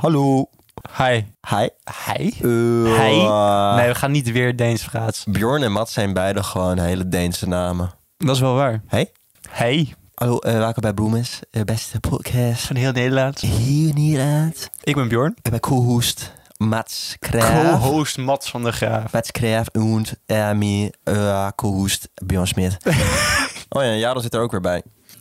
Hallo. Hi. Hi. Hi? Hi? Nee, we gaan niet weer Deens praten. Bjorn en Mats zijn beide gewoon hele Deense namen. Dat is wel waar. Hey? Hey. Hallo, welkom bij Bloemes, beste podcast Van heel Nederland. hier Nederland. Ik ben Bjorn. Ik ben co-host Mats Kraaf. Co-host Mats van der Graaf. Mats Kraaf en mij co-host Bjorn Smit. Oh ja, Jaro zit er ook weer bij.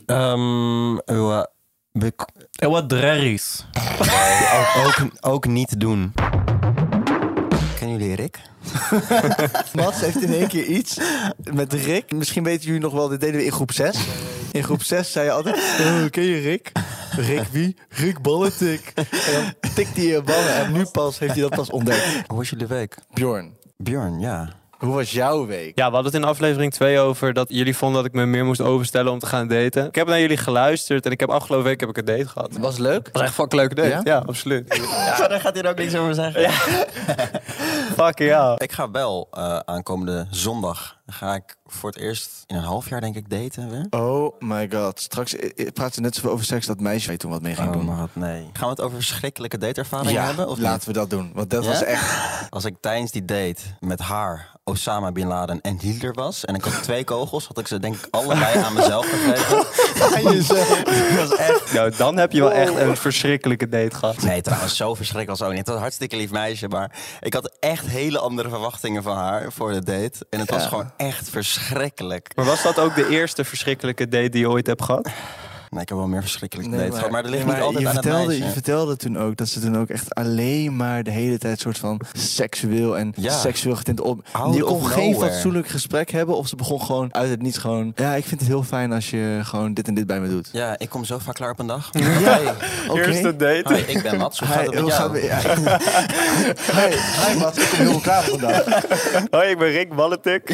En wat drerries. Ook niet doen. Kennen jullie Rick? Mats heeft in één keer iets met Rick. Misschien weten jullie nog wel, dit deden we in groep 6. In groep 6 zei je altijd, ken je Rick? Rick wie? Rick Ballentik. En dan tikte hij je ballen en nu pas heeft hij dat pas ontdekt. Hoe was jullie week? Bjorn, Ja. hoe was jouw week? Ja, we hadden het in aflevering 2 over dat jullie vonden dat ik me meer moest overstellen om te gaan daten. Ik heb naar jullie geluisterd en ik heb afgelopen week een date gehad. Was het leuk? Dat was echt een fucking leuke date. Ja? Ja, absoluut. Ja, daar gaat hij er ook niks over zeggen. Ja. Fucking ja. Ik ga wel aankomende zondag. Dan ga ik voor het eerst in een half jaar denk ik daten weer. Oh my god. Straks praten we net zoveel over seks dat meisje weet toen wat mee ging doen. Maar nee. Gaan we het over verschrikkelijke dateervaringen hebben? Of laten we dat doen. Want dat was echt... Als ik tijdens die date met haar, Osama Bin Laden en Hitler was... en ik had 2 kogels, had ik ze denk ik allebei aan mezelf gegeven. aan jezelf. Dat was echt... Nou, dan heb je wel echt een verschrikkelijke date gehad. Nee, trouwens, zo verschrikkelijk was ook niet. Het was een hartstikke lief meisje, maar ik had echt hele andere verwachtingen van haar voor de date. En het was gewoon echt verschrikkelijk. Maar was dat ook de eerste verschrikkelijke date die je ooit hebt gehad? Nee, ik heb wel meer verschrikkelijke Nee, dates gehad, maar er ligt maar niet altijd je aan vertelde, het meisje. Je vertelde toen ook dat ze toen ook echt alleen maar de hele tijd soort van seksueel en seksueel getint op. Out Je kon of geen nowhere. fatsoenlijk gesprek hebben of ze begon gewoon uit het niets gewoon... Ja, ik vind het heel fijn als je gewoon dit en dit bij me doet. Ja, ik kom zo vaak klaar op een dag. Ja, oké. Eerste date. Hi, ik ben Mats, hoe gaat het met hoe jou? gaat het met- ja. Hi Mats, ik kom heel klaar vandaag. Hoi, ik ben Rick Ballentik.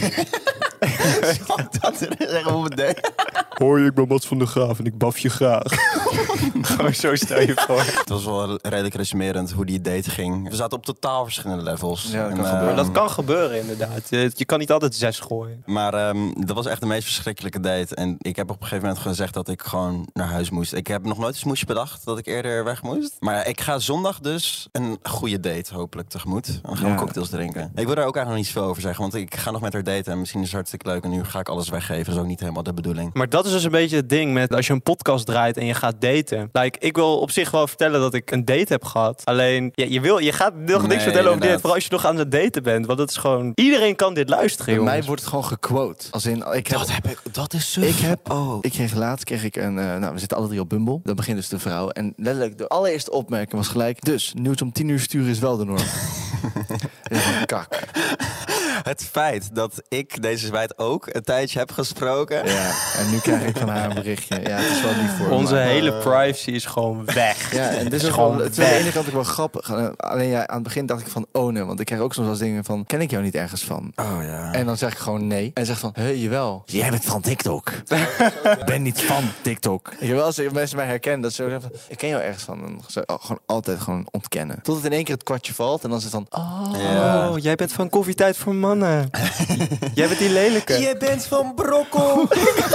Dat zeggen hoe het deed. Hoi, ik ben Mats van der Graaf en ik baf je graag. Gewoon zo stel je voor. Het was wel redelijk resumerend hoe die date ging. We zaten op totaal verschillende levels. Ja, dat kan En, gebeuren. Dat kan gebeuren inderdaad. Je kan niet altijd 6 gooien. Maar dat was echt de meest verschrikkelijke date. En ik heb op een gegeven moment gezegd dat ik gewoon naar huis moest. Ik heb nog nooit een smoesje bedacht dat ik eerder weg moest. Maar ja, ik ga zondag dus een goede date hopelijk tegemoet. Dan gaan we cocktails drinken. Ik wil daar ook eigenlijk nog niet zoveel over zeggen. Want ik ga nog met haar daten en misschien is het hartstikke leuk. En nu ga ik alles weggeven. Dat is ook niet helemaal de bedoeling. Maar dat is dus een beetje het ding met als je een podcast draait en je gaat daten. Like, ik wil op zich wel vertellen dat ik een date heb gehad. Alleen, je gaat nog niks vertellen over dit. Vooral als je nog aan het daten bent. Want het is gewoon... Iedereen kan dit luisteren, Bij jongens. mij wordt het gewoon gequote. Als in, Dat is zo... Ik kreeg laatst we zitten alle 3 op Bumble. Dan begint dus de vrouw. En letterlijk de allereerste opmerking was gelijk... Dus, nieuws om 10 uur sturen is wel de norm. En van, kak. Het feit dat ik deze meid ook een tijdje heb gesproken. Ja, en nu krijg ik van haar een berichtje. Ja, het is wel lief voor Onze maar, hele privacy is gewoon weg. Ja, en dit is gewoon... Het is aan de ene kant ook wel grappig. Alleen ja, aan het begin dacht ik van, oh nee. Want ik krijg ook soms wel eens dingen van, ken ik jou niet ergens van? Oh ja. En dan zeg ik gewoon nee. En zegt van, jawel. Jij bent van TikTok. Ik ben niet van TikTok. Ik heb wel eens mensen mij herkennen dat ze zeggen van, ik ken jou ergens van. En ze gewoon altijd gewoon ontkennen. Tot het in één keer het kwartje valt. En dan is het van, Oh, jij bent van Koffietijd voor Mannen. Jij bent die lelijke. Je bent van Brokkel.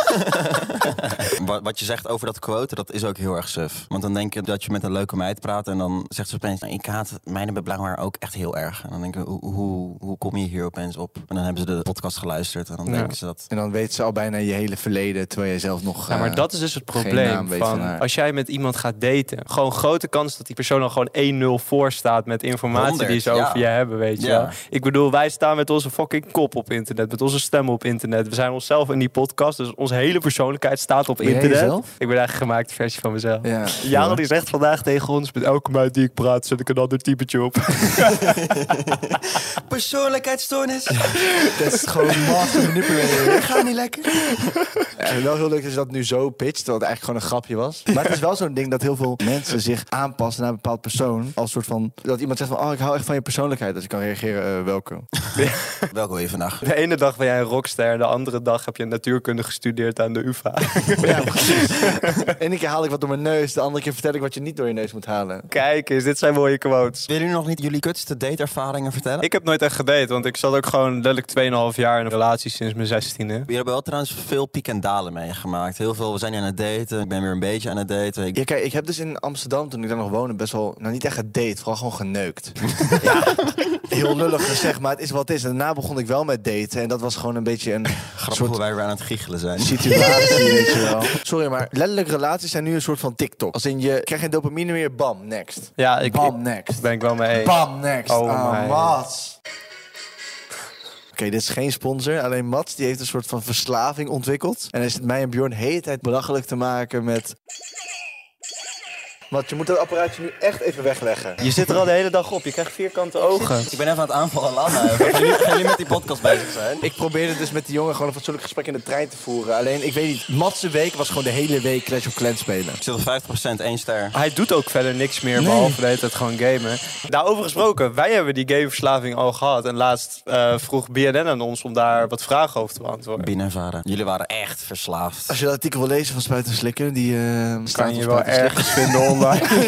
Wat je zegt over dat quote, dat is ook heel erg suf. Want dan denk je dat je met een leuke meid praat en dan zegt ze opeens... Ik haat mijn hebben blijkbaar ook echt heel erg. En dan denk ik, hoe kom je hier opeens op? En dan hebben ze de podcast geluisterd en dan denken ze dat... En dan weet ze al bijna je hele verleden, terwijl jij zelf nog... Ja, maar dat is dus het geen probleem. naam weet van haar. Als jij met iemand gaat daten, gewoon grote kans dat die persoon al gewoon 1-0 voor staat met informatie 100, die ze over je hebben, weet je wel. Ik bedoel, wij staan met onze fucking kop op internet, met onze stemmen op internet. We zijn onszelf in die podcast, dus onze hele persoonlijkheid staat op internet. jezelf? Ik ben eigenlijk een gemaakte versie van mezelf. Ja. Jarel die zegt vandaag tegen ons, met elke meid die ik praat, zet ik een ander typetje op. Persoonlijkheidsstoornis. Dat is gewoon master manipulator. Gaat niet lekker. Ja, en wel heel leuk dat je dat nu zo pitcht, terwijl het eigenlijk gewoon een grapje was. Maar het is wel zo'n ding dat heel veel mensen zich aanpassen naar een bepaald persoon. Als soort van, dat iemand zegt van, oh, ik hou echt van je persoonlijkheid. Dus je kan reageren, welke. Welkom weer vandaag. De ene dag ben jij een rockster, de andere dag heb je natuurkunde gestudeerd aan de UvA. Ja, Ja, precies. De ene keer haal ik wat door mijn neus, de andere keer vertel ik wat je niet door je neus moet halen. Kijk eens, dit zijn mooie quotes. Willen jullie nog niet jullie kutste dateervaringen vertellen? Ik heb nooit echt gedate, want ik zat ook gewoon letterlijk 2,5 jaar in een relatie sinds mijn 16e. Jullie hebben wel trouwens veel piek en dalen meegemaakt. Heel veel, we zijn hier aan het daten. Ik ben weer een beetje aan het daten. Ja, kijk, ik heb dus in Amsterdam, toen ik daar nog woonde, best wel, nou niet echt gedate, vooral gewoon geneukt. Heel lullig gezegd, maar het is wat het is. En daarna begon ik wel met daten en dat was gewoon een beetje een Grappig hoe wij weer aan het giechelen zijn. situatie, weet je wel. Sorry, maar letterlijk relaties zijn nu een soort van TikTok. Als in, je krijgt geen dopamine meer, bam, next. Ja, Bam, next. ben ik wel mee eens. Bam, next. Oh my. Mats. Oké, dit is geen sponsor. Alleen Mats die heeft een soort van verslaving ontwikkeld. En hij zit mij en Bjorn de hele tijd belachelijk te maken met... Mats, je moet dat apparaatje nu echt even wegleggen. Je zit er al de hele dag op, je krijgt vierkante ogen. Ik ben even aan het aanvallen, Lana. Gaan jullie met die podcast bezig zijn? Ik probeerde dus met die jongen gewoon een fatsoenlijk gesprek in de trein te voeren. Alleen, ik weet niet, Mats' week was gewoon de hele week Clash of Clans spelen. Ik zit op 50%, 1 ster. Hij doet ook verder niks meer, behalve de hele tijd gewoon gamen. Daarover gesproken, wij hebben die gameverslaving al gehad. En laatst vroeg BNN aan ons om daar wat vragen over te beantwoorden. Bien ervaren. Jullie waren echt verslaafd. Als je dat artikel wil lezen van Spuiten en Slikken, die Kan je wel ergens vinden online.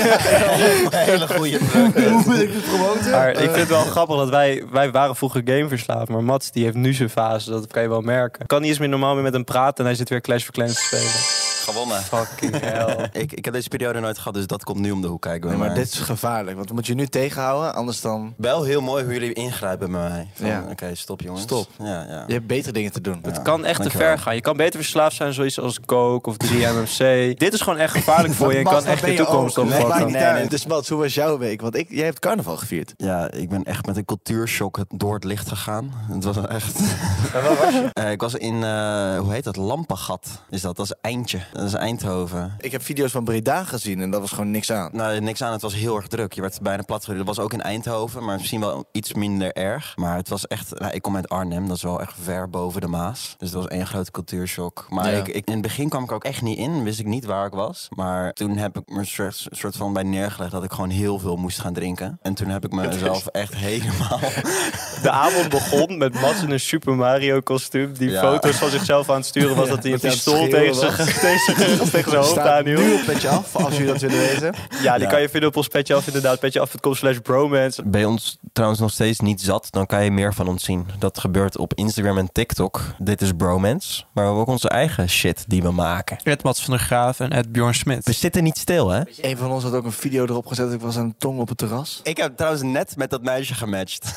Hele goede. Hoe wil ik het promoten? Maar ik vind het wel grappig dat wij waren vroeger gameverslaafd. Maar Mats die heeft nu zijn fase, dat kan je wel merken. Ik kan niet eens meer normaal meer met hem praten en hij zit weer Clash of Clans te spelen. Gewonnen. Fucking hell. Ik heb deze periode nooit gehad, dus dat komt nu om de hoek kijken. Nee, maar dit is gevaarlijk, want we moeten je nu tegenhouden, anders dan... Wel heel mooi hoe jullie ingrijpen bij mij. Ja. Oké, stop jongens. Stop. Ja. Je hebt betere dingen te doen. Het kan echt te dankjewel. ver gaan. Je kan beter verslaafd zijn zoiets als coke of 3-MMC. Dit is gewoon echt gevaarlijk voor je en kan echt je toekomst opvatten. Nee. Dus Mats, hoe was jouw week? Want jij hebt carnaval gevierd. Ja, ik ben echt met een cultuurshock door het licht gegaan. Het was echt... En waar was je? Ik was in, hoe heet dat? Lampengat is dat. Dat is Eindje. Dat is Eindhoven. Ik heb video's van Breda gezien en dat was gewoon niks aan. Nou, niks aan. Het was heel erg druk. Je werd bijna platgereden. Dat was ook in Eindhoven, maar misschien wel iets minder erg. Maar het was echt... Nou, ik kom uit Arnhem. Dat is wel echt ver boven de Maas. Dus dat was één grote cultuurshock. Maar Ja. in het begin kwam ik ook echt niet in. Wist ik niet waar ik was. Maar toen heb ik me een soort van bij neergelegd dat ik gewoon heel veel moest gaan drinken. En toen heb ik mezelf echt helemaal... De avond begon met Mats in een Super Mario kostuum. Die Ja. foto's van zichzelf aan het sturen was dat hij een dat hij aan het pistool schreeuwen tegen zijn hoofd Staat aanhield. nu op Petje Af, als jullie dat willen weten. Ja, die Ja. kan je vinden op ons Petje Af inderdaad. petjeaf.com/bromance. Ben je ons trouwens nog steeds niet zat, dan kan je meer van ons zien. Dat gebeurt op Instagram en TikTok. Dit is Bromance. Maar we hebben ook onze eigen shit die we maken. Mats van der Graaf en Bjorn Smit. We zitten niet stil, hè? Een van ons had ook een video erop gezet. Ik was aan de tong op het terras. Ik heb trouwens net met dat meisje gematcht.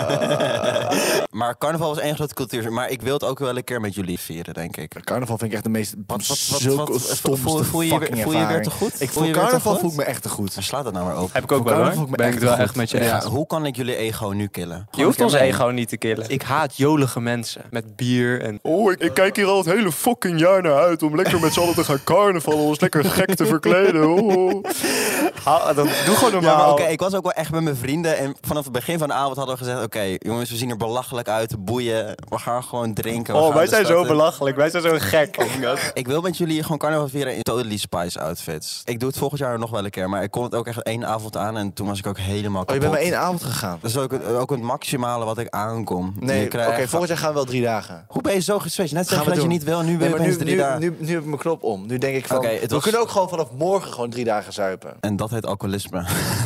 Maar carnaval was één grote cultuur. Maar ik wil het ook wel een keer met jullie vieren, denk ik. Carnaval vind ik echt de meest voel je weer te goed? Ik Voel je voor weer te carnaval goed? voel ik me echt te goed. En slaat dat nou maar op. Heb ik ook Voor wel carnaval hoor. voel ik me Ben ik echt het wel goed. echt met je eens. Ja, hoe kan ik jullie ego nu killen? Je hoeft ons ego niet te killen. Ik haat jolige mensen met bier en... Oh, ik kijk hier al het hele fucking jaar naar uit om lekker met z'n allen te gaan carnavallen. Ons lekker gek te verkleden. Oh. Dan doe gewoon Ja, normaal. maar oké, ik was ook wel echt met mijn vrienden. En vanaf het begin van de avond hadden we gezegd... Oké, jongens, we zien er belachelijk uit. Boeien. We gaan gewoon drinken. we Oh, gaan wij de zijn stad zo in. belachelijk. Wij zijn zo gek. Ik wil met jullie gewoon carnaval vieren in Totally Spice outfits. Ik doe het volgend jaar nog wel een keer. Maar ik kon het ook echt 1 avond aan. En toen was ik ook helemaal Oh, je kapot. bent maar 1 avond gegaan? Dat is ook het maximale wat ik aankom. Nee, Je oké, krijgt- volgend jaar gaan we wel 3 dagen. Hoe ben je zo geswitcht? Net Gaan zeggen we dat je doen. niet wil. Nu Nee, wil je maar opeens 3 dagen. nu heb ik mijn knop om. Nu denk ik van, Oké, het we was- kunnen ook gewoon vanaf morgen gewoon 3 dagen zuipen. En dat heet alcoholisme.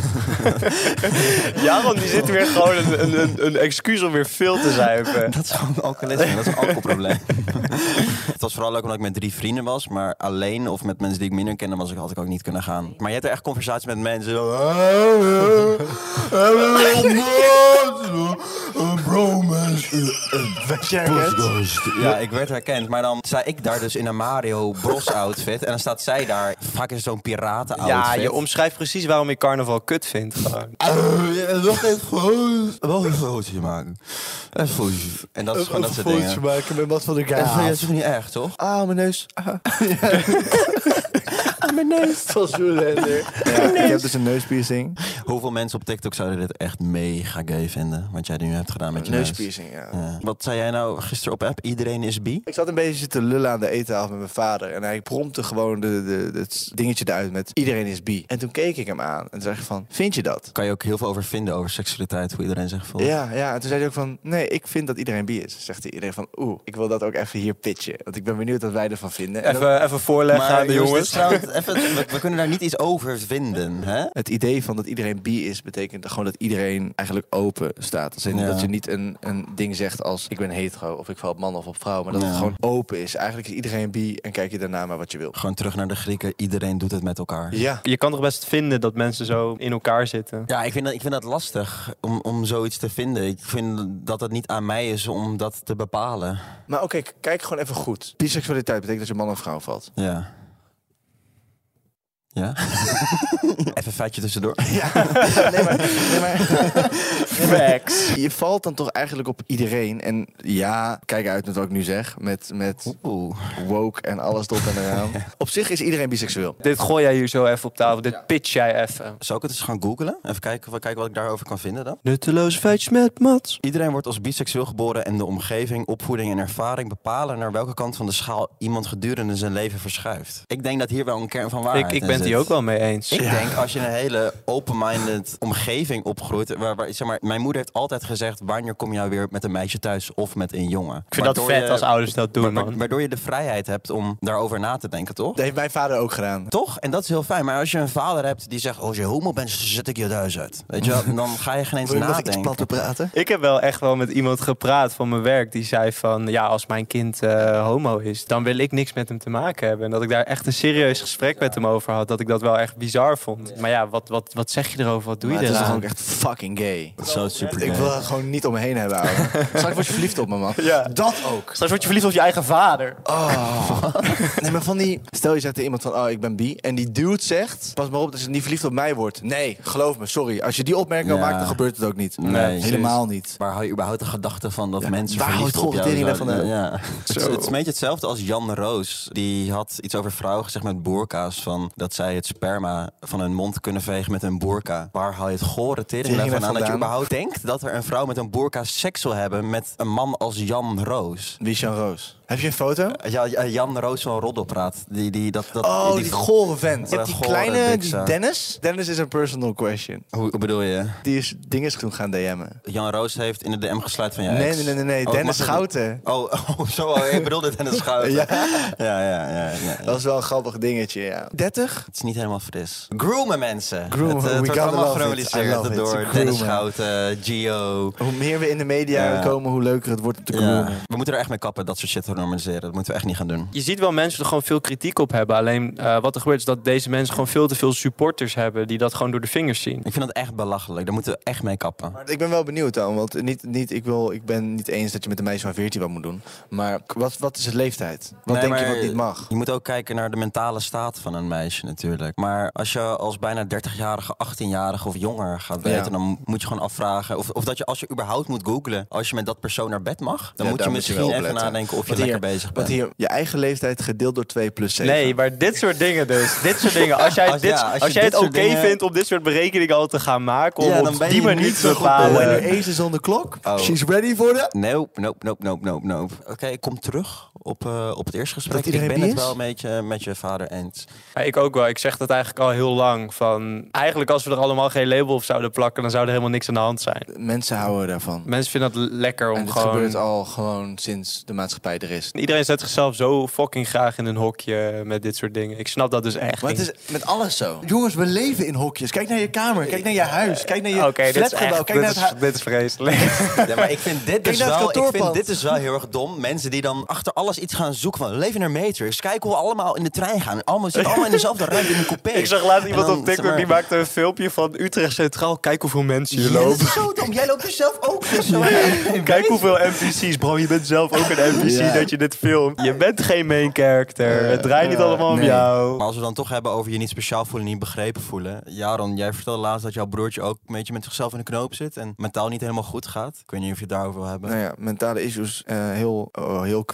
Jaron die zit weer gewoon een excuus om weer veel te zuipen. Dat is gewoon alcoholisme. Dat is een alcoholprobleem. Het was vooral ook omdat ik met 3 vrienden was. Maar alleen of met mensen die ik minder kende, had ik ook niet kunnen gaan. Maar je hebt er echt conversaties met mensen. Ja, ik werd herkend. Maar dan sta ik daar dus in een Mario Bros outfit. En dan staat zij daar. Vaak is zo'n piraten outfit. Ja, je omschrijft precies waarom ik carnaval kut vind. Gewoon. Wacht even. Wel een fotootje maken. Een fotootje. En dat is gewoon dat soort dingen. maken met wat van de Dat vind je toch niet erg, toch? Ah, mijn neus. Mijn neus. Van Zoolander. Ja, ik heb dus een neuspiercing. Hoeveel mensen op TikTok zouden dit echt mega gay vinden? Wat jij nu hebt gedaan met je neus. Neuspiercing, ja. Ja. Wat zei jij nou gisteren op app? Iedereen is bi? Ik zat een beetje te lullen aan de eettafel met mijn vader. En hij prompte gewoon het dingetje eruit met iedereen is bi. En toen keek ik hem aan. En toen zei ik van, vind je dat? Kan je ook heel veel over vinden, over seksualiteit, hoe iedereen zich voelt. Ja. En toen zei hij ook van, nee, ik vind dat iedereen bi is. Zegt hij iedereen van, ik wil dat ook even hier pitchen. Want ik ben benieuwd wat wij ervan vinden. En Even voorleggen aan de jongens. We kunnen daar niet iets over vinden, hè? het idee van dat iedereen bi is, betekent gewoon dat iedereen eigenlijk open staat. Dus Ja. dat je niet een ding zegt als ik ben hetero of ik val op man of op vrouw. Maar dat het gewoon open is. Eigenlijk is iedereen bi en kijk je daarna maar wat je wil. Gewoon terug naar de Grieken. Iedereen doet het met elkaar. Ja. Je kan toch best vinden dat mensen zo in elkaar zitten? Ja, ik vind dat lastig om zoiets te vinden. Ik vind dat het niet aan mij is om dat te bepalen. Maar oké, kijk gewoon even goed. Biseksualiteit betekent dat je man of vrouw valt. Ja. Ja? Even een feitje tussendoor. Nee, maar Facts. je valt dan toch eigenlijk op iedereen. En ja, kijk uit met wat ik nu zeg. Met Oeh. woke en alles erop en eraan. Op zich is iedereen biseksueel. Dit gooi jij hier zo even op tafel. Dit pitch jij even. Zou ik het eens gaan googlen? Even kijken wat ik daarover kan vinden dan. Nutteloze feitjes met Mats. Iedereen wordt als biseksueel geboren en de omgeving, opvoeding en ervaring bepalen naar welke kant van de schaal iemand gedurende zijn leven verschuift. Ik denk dat hier wel een kern van waarheid Ik ben in het zit. hier ook wel mee eens. Ik denk als je in een hele open-minded omgeving opgroeit, waar zeg maar, mijn moeder heeft altijd gezegd, wanneer kom je nou weer met een meisje thuis of met een jongen? Ik vind dat vet als ouders dat doen, man. Waardoor je de vrijheid hebt om daarover na te denken, toch? Dat heeft mijn vader ook gedaan. Toch? En dat is heel fijn. Maar als je een vader hebt die zegt, als je homo bent, zet ik je thuis uit. Weet je wel? Dan ga je geen eens Wil je nog iets nadenken. platter praten? Ik heb wel echt wel met iemand gepraat van mijn werk. Die zei van, ja, als mijn kind homo is, dan wil ik niks met hem te maken hebben. En dat ik daar echt een serieus gesprek met hem over had. Dat ik dat wel echt bizar vond. Maar ja, wat zeg je erover? Wat doe je Maar het is toch eraan? ook echt fucking gay. Dat is zo super Ik wil het gewoon niet om me heen hebben, ouwe. Straks word je verliefd op me, man. Ja. Dat ook. Straks word je verliefd op je eigen vader. Nee, maar van die... Stel je zegt tegen iemand van, ik ben bi. En die dude zegt, pas maar op dat ze niet verliefd op mij wordt. Nee, geloof me, sorry. Als je die opmerking al Ja. maakt, dan gebeurt het ook niet. Nee, Helemaal niet. Waar hou je überhaupt de gedachte van dat Ja, mensen waar verliefd houdt op jou tering zouden- daarvan Ja. Het is een beetje hetzelfde als Jan Roos. Die had iets over vrouwen gezegd met boerka's. Van dat zij het sperma van hun mond kunnen vegen met een boerka. Waar haal je het gore tering Tering vandaan? Dat je vandaan. überhaupt denkt dat er een vrouw met een boerka seks wil hebben met een man als Jan Roos. Wie is Jan Roos? Heb je een foto? Ja, Jan Roos van Roddelpraat. Die gore vent. Je hebt die gore kleine, die dikza. Dennis. Dennis is een personal question. Hoe bedoel je? Die is dinges gaan DM'en. Jan Roos heeft in de DM gesluit van je Nee, ex. nee. Oh, Dennis mag het- Schouten. Zo, ik bedoelde Dennis Schouten. Ja. Ja. Dat is wel een grappig dingetje, ja. 30? Het is niet helemaal fris. Groomen mensen. Groomen, Het we wordt gotta allemaal love it. I gerealiseerd love it. door Groomen. Dennis Schouten, Gio. Hoe meer we in de media Ja. komen, hoe leuker het wordt om te Ja. groomen. We moeten er echt mee kappen, dat soort shit te normaliseren. Dat moeten we echt niet gaan doen. Je ziet wel mensen er gewoon veel kritiek op hebben. Alleen wat er gebeurt is dat deze mensen gewoon veel te veel supporters hebben. Die dat gewoon door de vingers zien. Ik vind dat echt belachelijk. Daar moeten we echt mee kappen. Maar ik ben wel benieuwd dan, want ik ben niet eens dat je met een meisje van 14 wat moet doen. Maar wat is het leeftijd? Wat Nee, denk je maar wat niet mag? Je moet ook kijken naar de mentale staat van een meisje natuurlijk. Maar als je als bijna 30-jarige, 18-jarige of jonger gaat weten... Ja. dan moet je gewoon afvragen... of dat je als je überhaupt moet googlen... als je met dat persoon naar bed mag... dan Ja, moet je daar misschien wel even opletten. nadenken of je Want lekker hier- bezig bent. Want hier, je eigen leeftijd gedeeld door 2 plus 7. Nee, maar dit soort dingen dus. Dit soort dingen. Als jij Als je het dit soort oké dingen- vindt om dit soort berekeningen al te gaan maken... om Ja, dan op ben die je manier niet te zo goed bepalen... When your ace is on the clock, Oh. she's ready for that. Nope. Oké, ik kom terug op het eerste gesprek. Dat iedereen Ik ben bi het is? wel een beetje met je vader eens. Ja, ik ook wel. Ik zeg dat eigenlijk al heel lang. Van, eigenlijk als we er allemaal geen label op zouden plakken... dan zou er helemaal niks aan de hand zijn. Mensen houden daarvan. Mensen vinden het lekker En om dit gewoon... gebeurt al gewoon sinds de maatschappij er is. Iedereen zet zichzelf zo fucking graag in een hokje met dit soort dingen. Ik snap dat dus echt Maar het niet. is met alles zo. Jongens, we leven in hokjes. Kijk naar je kamer, kijk naar je huis, kijk naar je Oké, dit is flatgebouw, echt... kijk naar Dit het is, dit is vreselijk. Ja, maar ik vind dit dus naar het wel, ik kantoorpand. vind dit dus wel heel erg dom. Mensen die dan achter alles iets gaan zoeken van... leven naar Matrix, kijk hoe we allemaal in de trein gaan. Zitten allemaal in dezelfde ruimte in een coupé. Ik zag laatst iemand En dan, op TikTok zeg maar- die maakte een filmpje van Utrecht Centraal. Kijk hoeveel mensen hier Ja, dat lopen. is zo dom. Jij loopt er zelf ook dus zo. Kijk hoeveel NPC's, bro. Je bent zelf ook een NPC Ja. dat je dit filmt. Je bent geen main character. Het draait niet allemaal om nee. jou. Maar als we dan toch hebben over je niet speciaal voelen, niet begrepen voelen. Jaron, jij vertelde laatst dat jouw broertje ook een beetje met zichzelf in de knoop zit. En mentaal niet helemaal goed gaat. Ik weet niet of je het daarover wil hebben. Nou ja, mentale issues, heel kwetsbaar nu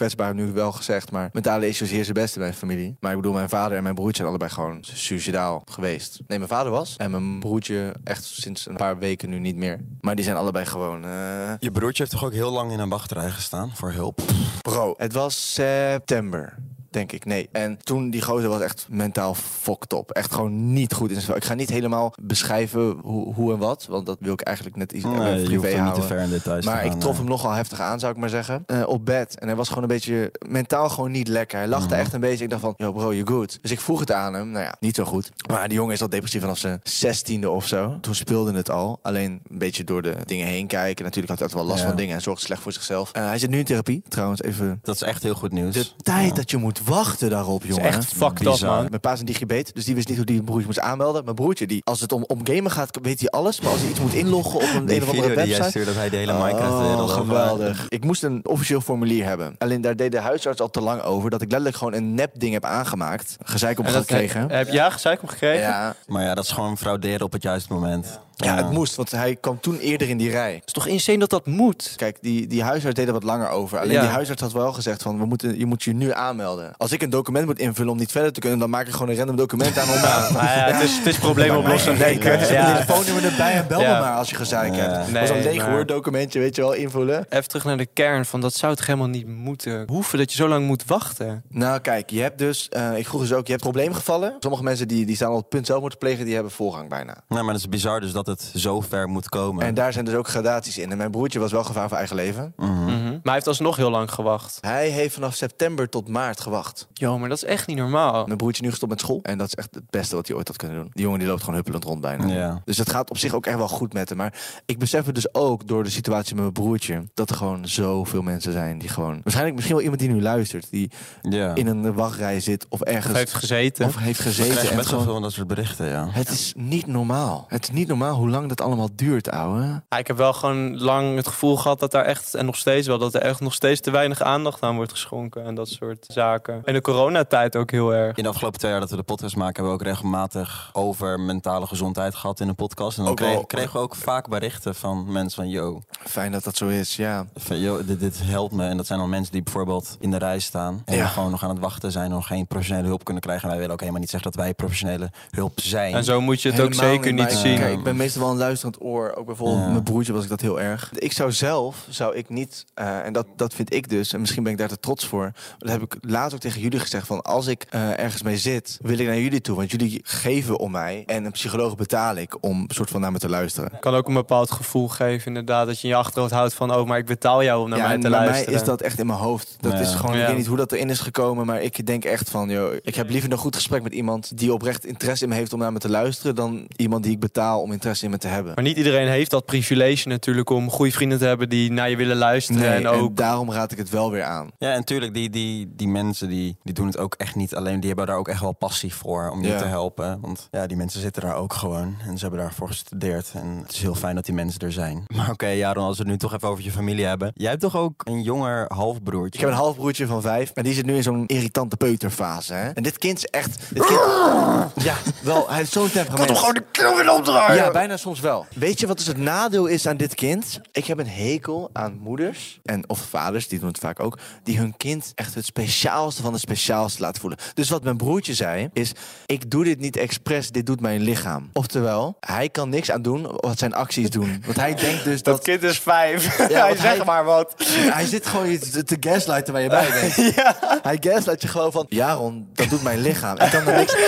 nu wel gezegd, maar mentale issues heersen best in mijn familie. Maar ik bedoel, mijn vader en mijn broertje zijn allebei gewoon suicidaal geweest. Nee, mijn vader was. En mijn broertje echt sinds een paar weken nu niet meer. Maar die zijn allebei gewoon... Je broertje heeft toch ook heel lang in een wachtrij gestaan voor hulp? Bro, het was september. Denk ik, nee. En toen, die gozer was echt mentaal fucked op. Echt gewoon niet goed in zijn... Ik ga niet helemaal beschrijven hoe en wat. Want dat wil ik eigenlijk net iets Nee, je hoeft privé er niet te houden. ver in details Maar te gaan. ik trof hem nogal heftig aan, zou ik maar zeggen. Op bed. En hij was gewoon een beetje mentaal gewoon niet lekker. Hij lachte echt een beetje. Ik dacht van, yo bro, you're good. Dus ik vroeg het aan hem. Nou ja, niet zo goed. Maar die jongen is al depressief vanaf zijn 16e of zo. Toen speelde het al. Alleen een beetje door de dingen heen kijken. Natuurlijk had hij altijd wel last van dingen. En zorgde slecht voor zichzelf. Hij zit nu in therapie. Trouwens, even... Dat is echt heel goed nieuws. De tijd dat je moet wachten daarop, jongen. Echt fucked up, Bizar. man. Mijn pa is een digibeet, dus die wist niet hoe die broertje moest aanmelden. Mijn broertje, die, als het om gamen gaat, weet hij alles. Maar als hij iets moet inloggen op een of andere die jij website... stuurde, dat hij de hele Minecraft-wereld over- geweldig. Ik moest een officieel formulier hebben. Alleen daar deed de huisarts al te lang over... dat ik letterlijk gewoon een nep ding heb aangemaakt. Gezeik op En dat gekregen. heb je gezeik om gekregen? Ja. Maar ja, dat is gewoon frauderen op het juiste moment. Ja, het moest, want hij kwam toen eerder in die rij. Het is toch insane dat dat moet? Kijk, die huisarts deed er wat langer over. Alleen Ja. die huisarts had wel gezegd van... je moet je nu aanmelden. Als ik een document moet invullen om niet verder te kunnen... dan maak ik gewoon een random document aan om Het is probleemoplossend. Nee, kijk, zet Ja. een telefoonnummer erbij en bel me Ja. maar als je gezeik Ja. hebt. Dat Nee, was een leeg maar- Word documentje, weet je wel, invullen. Even terug naar de kern van dat zou toch helemaal niet moeten hoeven dat je zo lang moet wachten. Nou kijk, je hebt dus, ik vroeg dus ook, je hebt probleemgevallen. Sommige mensen die staan al op het punt zelfmoord te plegen, die hebben voorrang bijna. Nee, maar het is bizar dus dat het zo ver moet komen. En daar zijn dus ook gradaties in. En mijn broertje was wel gevaar voor eigen leven. Maar hij heeft alsnog heel lang gewacht. Hij heeft vanaf september tot maart gewacht. Jo, maar dat is echt niet normaal. Mijn broertje nu gestopt met school. En dat is echt het beste wat hij ooit had kunnen doen. Die jongen die loopt gewoon huppelend rond bijna. Ja. Dus het gaat op zich ook echt wel goed met hem. Maar ik besef het dus ook door de situatie met mijn broertje... dat er gewoon zoveel mensen zijn die gewoon... Waarschijnlijk misschien wel iemand die nu luistert. Die Ja. in een wachtrij zit of ergens... Of heeft gezeten. Of heeft We gezeten. krijgen En best wel gewoon, veel van dat soort berichten, ja. het is niet normaal. Het is niet normaal hoe lang dat allemaal duurt, ouwe. Ja, ik heb wel gewoon lang het gevoel gehad dat daar echt, en nog steeds wel, dat er echt nog steeds te weinig aandacht aan wordt geschonken en dat soort zaken. En de coronatijd ook heel erg. In de afgelopen 2 jaar dat we de podcast maken... hebben we ook regelmatig over mentale gezondheid gehad in de podcast. En dan Ook wel- kregen we ook vaak berichten van mensen van... yo, Fijn dat dat zo is, ja. dit helpt me. En dat zijn dan mensen die bijvoorbeeld in de rij staan... en Ja. gewoon nog aan het wachten zijn... en nog geen professionele hulp kunnen krijgen. En wij willen ook helemaal niet zeggen dat wij professionele hulp zijn. En zo moet je het ook Helemaal zeker niet maar zien. Kijk, ik ben meestal wel een luisterend oor. Ook bijvoorbeeld Ja. mijn broertje was ik dat heel erg. Ik zou ik niet... en dat vind ik dus. En misschien ben ik daar te trots voor. Maar dat heb ik laatst ook tegen jullie gezegd. Van als ik ergens mee zit, wil ik naar jullie toe. Want jullie geven om mij. En een psycholoog betaal ik om een soort van naar me te luisteren. Kan ook een bepaald gevoel geven inderdaad. Dat je in je achterhoofd houdt van, oh, maar ik betaal jou om naar mij en te bij luisteren. mij is dat echt in mijn hoofd. Dat Ja. is gewoon, ik Ja. weet niet hoe dat erin is gekomen. Maar ik denk echt van, joh, ik heb liever een goed gesprek met iemand die oprecht interesse in me heeft om naar me te luisteren. Dan iemand die ik betaal om interesse in me te hebben. Maar niet iedereen heeft dat privilege natuurlijk om goede vrienden te hebben die naar je willen luisteren. Nee, en ook daarom raad ik het wel weer aan. Ja, en tuurlijk, die mensen die doen het ook echt niet alleen. Die hebben daar ook echt wel passie voor om je Ja. te helpen. Want ja, die mensen zitten daar ook gewoon. En ze hebben daarvoor gestudeerd. En het is heel fijn dat die mensen er zijn. Maar oké, Jaron, als we het nu toch even over je familie hebben. Jij hebt toch ook een jonger halfbroertje? Ik heb een halfbroertje van 5. Maar die zit nu in zo'n irritante peuterfase. Hè? En dit kind is echt... Dit kind, ja, wel. Hij heeft zo'n temperament. Toch gewoon de keel weer opdraaien. Ja, bijna soms wel. Weet je wat dus het nadeel is aan dit kind? Ik heb een hekel aan moeders of vaders, die doen het vaak ook, die hun kind echt het speciaalste van het speciaalste laten voelen. Dus wat mijn broertje zei, is: ik doe dit niet expres, dit doet mijn lichaam. Oftewel, hij kan niks aan doen wat zijn acties doen. Want hij denkt dus dat... kind is 5. Ja, want zeg maar wat. Hij zit gewoon je te gaslighten waar je bij bent. Hij gaslight je gewoon van... Jaron, dat doet mijn lichaam. Ik kan er niks...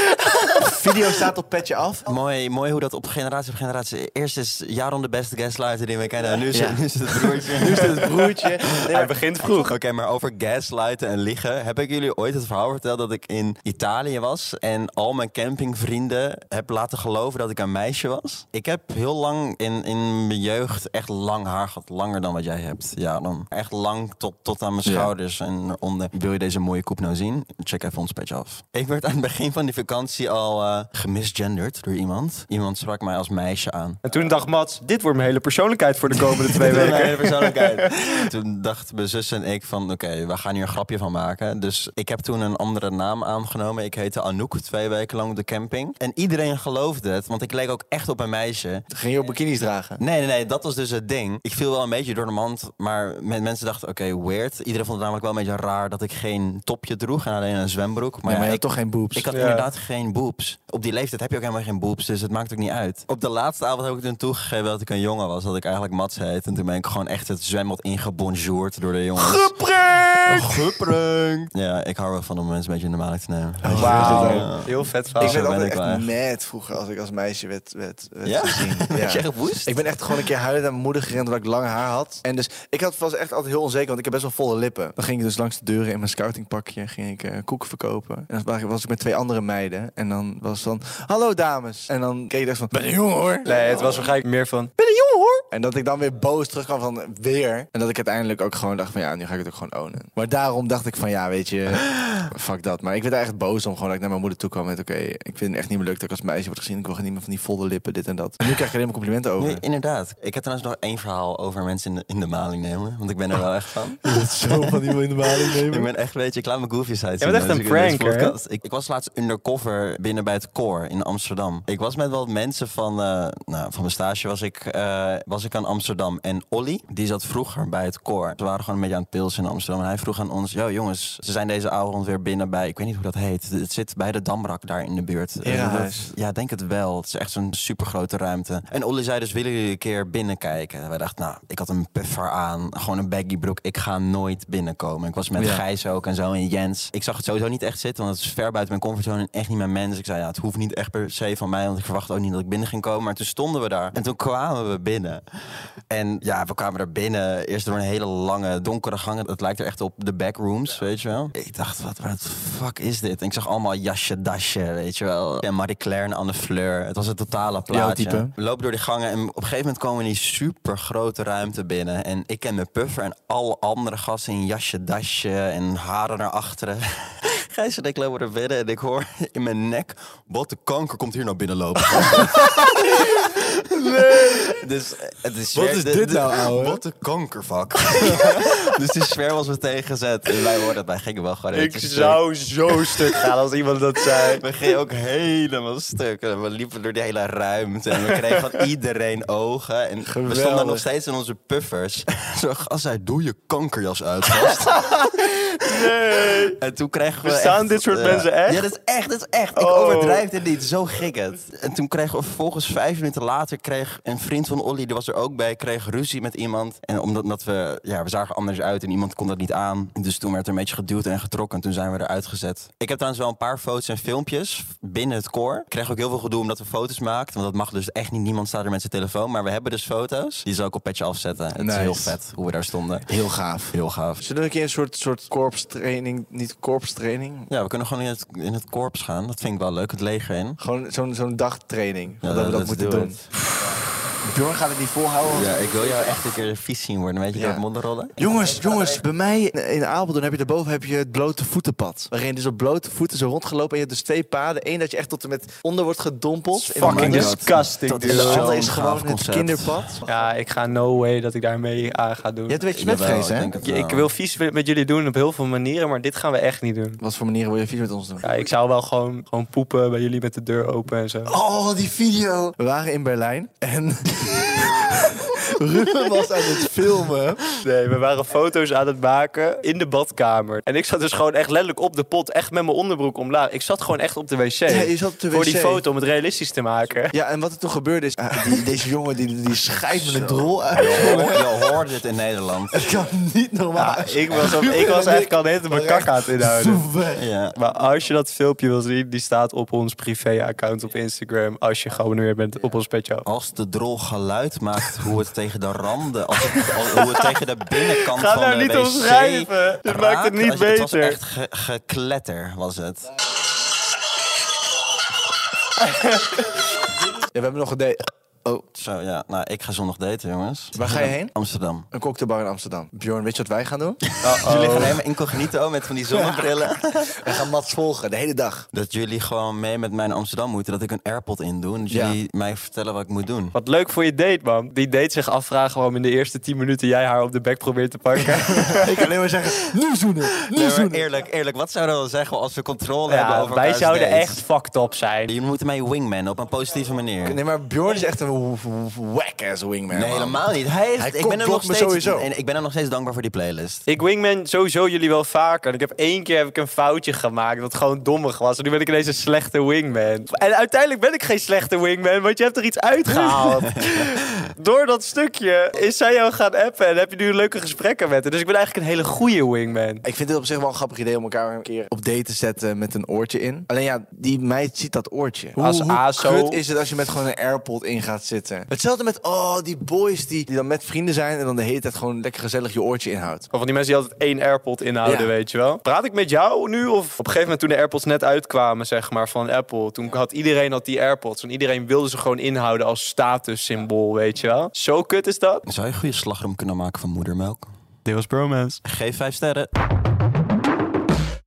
Video staat op Petje Af. Mooi hoe dat op generatie. Eerst is Jaron de beste gaslighter die we kennen. En nu is, Ja. nu is het broertje. Nu is het broertje. Nee, Hij maar- begint vroeg. Oké, maar over gaslighten en liegen. Heb ik jullie ooit het verhaal verteld dat ik in Italië was... en al mijn campingvrienden heb laten geloven dat ik een meisje was? Ik heb heel lang in mijn jeugd echt lang haar gehad. Langer dan wat jij hebt. Ja, dan echt lang tot aan mijn Ja. schouders en eronder. Wil je deze mooie koep nou zien? Check even ons Petje Af. Ik werd aan het begin van die vakantie al gemisgenderd door iemand. Iemand sprak mij als meisje aan. En toen dacht Mats, dit wordt mijn hele persoonlijkheid voor de komende 2 Mijn weken. hele persoonlijkheid. Toen dachten mijn zus en ik van, oké, we gaan hier een grapje van maken. Dus ik heb toen een andere naam aangenomen. Ik heette Anouk 2 weken lang op de camping. En iedereen geloofde het, want ik leek ook echt op een meisje. Ging je ook bikinis dragen? Nee, dat was dus het ding. Ik viel wel een beetje door de mand, maar mensen dachten, oké, weird. Iedereen vond het namelijk wel een beetje raar dat ik geen topje droeg en alleen een zwembroek. Maar ja, je had ik toch geen boobs? Ik had Ja. inderdaad geen boobs. Op die leeftijd heb je ook helemaal geen boobs, dus het maakt ook niet uit. Op de laatste avond heb ik toen toegegeven dat ik een jongen was, dat ik eigenlijk Mats heet. En toen ben ik gewoon echt het zwembad ingebonjourd door de jongens. Geprankt! Ja, ik hou wel van om mensen een beetje in de maling te nemen. Wauw. Ja. Heel vet Ik verhaal. Zo werd ben altijd ik echt wel mad vroeger als ik als meisje werd Ja? gezien. Werd je geboest? Ik ben echt gewoon een keer huilend naar mijn moeder gerend omdat ik lang haar had. En dus was echt altijd heel onzeker, want ik heb best wel volle lippen. Dan ging ik dus langs de deuren in mijn scoutingpakje, ging ik koeken verkopen. En dan was ik met 2 andere meiden. En dan was het van, hallo dames. En dan keek ik echt van, ben een jongen hoor. Nee, het was waarschijnlijk meer van... Ben een jongen hoor. En dat ik dan weer boos terugkwam van weer. En dat ik uiteindelijk ook gewoon dacht van ja, nu ga ik het ook gewoon ownen. Maar daarom dacht ik van ja, weet je, fuck dat. Maar ik werd echt boos om gewoon dat ik naar mijn moeder toe kwam met oké, ik vind het echt niet meer leuk dat ik als meisje word gezien. Ik wil niet meer van die volle lippen, dit en dat. En nu krijg ik alleen maar complimenten over. Nee, inderdaad. Ik heb trouwens nog 1 verhaal over mensen in de maling nemen. Want ik ben er wel echt van. Zo van die in de maling Ik ben echt, weet je, ik laat mijn goofies uit. bent echt een pranker, hè? Ik was laatst undercover binnen bij het koor in Amsterdam. Ik was met wat mensen van mijn stage was ik aan Amsterdam. En Olly, die zat vroeger bij het koor. We waren gewoon een beetje aan het pilsen in Amsterdam. En hij vroeg aan ons, yo jongens, ze zijn deze avond weer binnen bij, ik weet niet hoe dat heet. Het zit bij de Damrak daar in de buurt. Herenhuis. Ja, denk het wel. Het is echt zo'n supergrote ruimte. En Olly zei dus, willen jullie een keer binnenkijken? Wij dachten, nou, ik had een puffer aan, gewoon een baggy broek. Ik ga nooit binnenkomen. Ik was met Gijs ook en zo en Jens. Ik zag het sowieso niet echt zitten, want het is ver buiten mijn comfortzone en echt niet mijn mens. Ik zei, ja, het hoeft niet echt per se van mij, want ik verwacht ook niet dat ik binnen ging komen. Maar toen stonden we daar en toen kwamen we binnen. En ja, we kwamen er binnen. Eerst door een hele lange, donkere gang. Het lijkt er echt op de backrooms, weet je wel. Ik dacht, wat fuck is dit? En ik zag allemaal jasje, dasje, weet je wel. En Marie Claire en Anne Fleur. Het was een totale plaatje. type. We lopen door die gangen en op een gegeven moment komen we in die super grote ruimte binnen. En ik en mijn puffer en alle andere gasten in jasje, dasje en haren naar achteren. Gijs en ik lopen er binnen en ik hoor in mijn nek, wat de kanker komt hier naar binnen lopen. Dus het is Wat is dit nou, ouwe? Wat een kankervak. Dus die sfeer was meteen gezet. En wij hoorden het, wij gingen wel gewoon Ik eventjes zou zo stuk gaan als iemand dat zei. we gingen ook helemaal stuk. En we liepen door die hele ruimte. En we kregen van iedereen ogen. En we Geweldig. stonden nog steeds in onze puffers. Zo'n gast zei, doe je kankerjas uit, gast. Nee. En toen kregen we Bestaan echt, dit soort mensen echt? Ja, dat is echt. Ik Oh. overdrijf het niet. Zo ging het. En toen kregen we vervolgens 5 minuten later kreeg een vriend van Olly, die was er ook bij, kreeg ruzie met iemand. En omdat we zagen anders uit en iemand kon dat niet aan. Dus toen werd er een beetje geduwd en getrokken en toen zijn we eruit gezet. Ik heb trouwens wel een paar foto's en filmpjes binnen het koor. Ik kreeg ook heel veel gedoe omdat we foto's maakten. Want dat mag dus echt niet. Niemand staat er met zijn telefoon. Maar we hebben dus foto's. Die zal ik op Petje afzetten. Het Nice. is heel vet hoe we daar stonden. Heel gaaf. Heel gaaf. Zullen we een keer een soort korpstraining, niet korpstraining? Ja, we kunnen gewoon in het korps gaan. Dat vind ik wel leuk. Het leger in. Gewoon zo'n dagtraining. Ja, dat we dat let's moeten do doen. it. Bjorn gaat het niet volhouden. Ja, ik wil jou echt een keer vies zien worden. Weet je, Ja. door het monden rollen. Jongens, bij mij in Apeldoorn heb je daarboven het blote voetenpad. Waarin je dus op blote voeten zo rondgelopen. En je hebt dus 2 paden. Eén dat je echt tot en met onder wordt gedompeld. in de Fucking modder. disgusting, Dat En is de dude. zo- andere is zo'n gewoon gaaf het concept. kinderpad. Ja, ik ga no way dat ik daarmee aan ga doen. Je hebt een beetje Jawel, smetvrees, ik hè? denk het Ik wel. wil vies met jullie doen op heel veel manieren, maar dit gaan we echt niet doen. Wat voor manieren wil je vies met ons doen? Ja, ik zou wel gewoon poepen bij jullie met de deur open en zo. Oh, die video. We waren in Berlijn en Ruben was aan het filmen. Nee, we waren foto's aan het maken in de badkamer. En ik zat dus gewoon echt letterlijk op de pot, echt met mijn onderbroek omlaag. Ik zat gewoon echt op de wc. Ja, je zat op de Voor die wc. foto, om het realistisch te maken. Ja, en wat er toen gebeurde is... deze jongen die schijt met een drol uit. Je hoort dit in Nederland. Het kan niet normaal. Ja, ik was eigenlijk al net mijn kak aan het inhouden. Ja. Maar als je dat filmpje wil zien, die staat op ons privé-account op Instagram. Als je geabonneerd bent op ons petje. Als de drol geluid maakt, hoe het tegen de randen, hoe het tegen de binnenkant Ga van nou de niet wc omschrijven. Dit maakt het niet Het was beter. echt gekletter, was het. Ja, we hebben nog gedate. Oh, Zo, ja. Nou, ik ga zondag daten, jongens. waar ga je heen? Amsterdam. Een cocktailbar in Amsterdam. Bjorn, weet je wat wij gaan doen? Jullie gaan helemaal incognito met van die zonnebrillen. Wij gaan Mats volgen, de hele dag. Dat jullie gewoon mee met mij naar Amsterdam moeten. Dat ik een AirPod in doe. En dat Ja. jullie mij vertellen wat ik moet doen. Wat leuk voor je date, man. Die date zich afvragen waarom in de eerste 10 minuten jij haar op de bek probeert te pakken. Ik kan alleen maar zeggen, nu zoenen, nu Nee, maar zoenen. eerlijk, wat zouden we dan zeggen als we controle hebben Ja, over wij elkaars zouden dates? echt fucked up zijn. Jullie moeten mij wingman op een positieve manier. Nee, maar Bjorn is echt een whack-ass wingman. Nee, man. helemaal niet. Ik ben er nog kokblokt me steeds, sowieso. en ik ben er nog steeds dankbaar voor die playlist. Ik wingman sowieso jullie wel vaker. Ik heb 1 keer een foutje gemaakt dat gewoon dommig was. En nu ben ik ineens een slechte wingman. En uiteindelijk ben ik geen slechte wingman, want je hebt er iets uitgehaald. Door dat stukje is zij jou gaan appen en heb je nu leuke gesprekken met haar. Dus ik ben eigenlijk een hele goede wingman. Ik vind het op zich wel een grappig idee om elkaar een keer op date te zetten met een oortje in. Alleen ja, die meid ziet dat oortje. Als hoe ASO. kut is het als je met gewoon een AirPod in gaat zitten? Hetzelfde met, die boys die dan met vrienden zijn en dan de hele tijd gewoon lekker gezellig je oortje inhoudt. Of van die mensen die altijd 1 AirPod inhouden, Ja. weet je wel. Praat ik met jou nu? Of op een gegeven moment toen de AirPods net uitkwamen, zeg maar, van Apple. Toen had iedereen die AirPods. En iedereen wilde ze gewoon inhouden als statussymbool, weet je wel. Zo kut is dat. Zou je een goede slagroom kunnen maken van moedermelk? Dit was Bromance. Geef 5 sterren.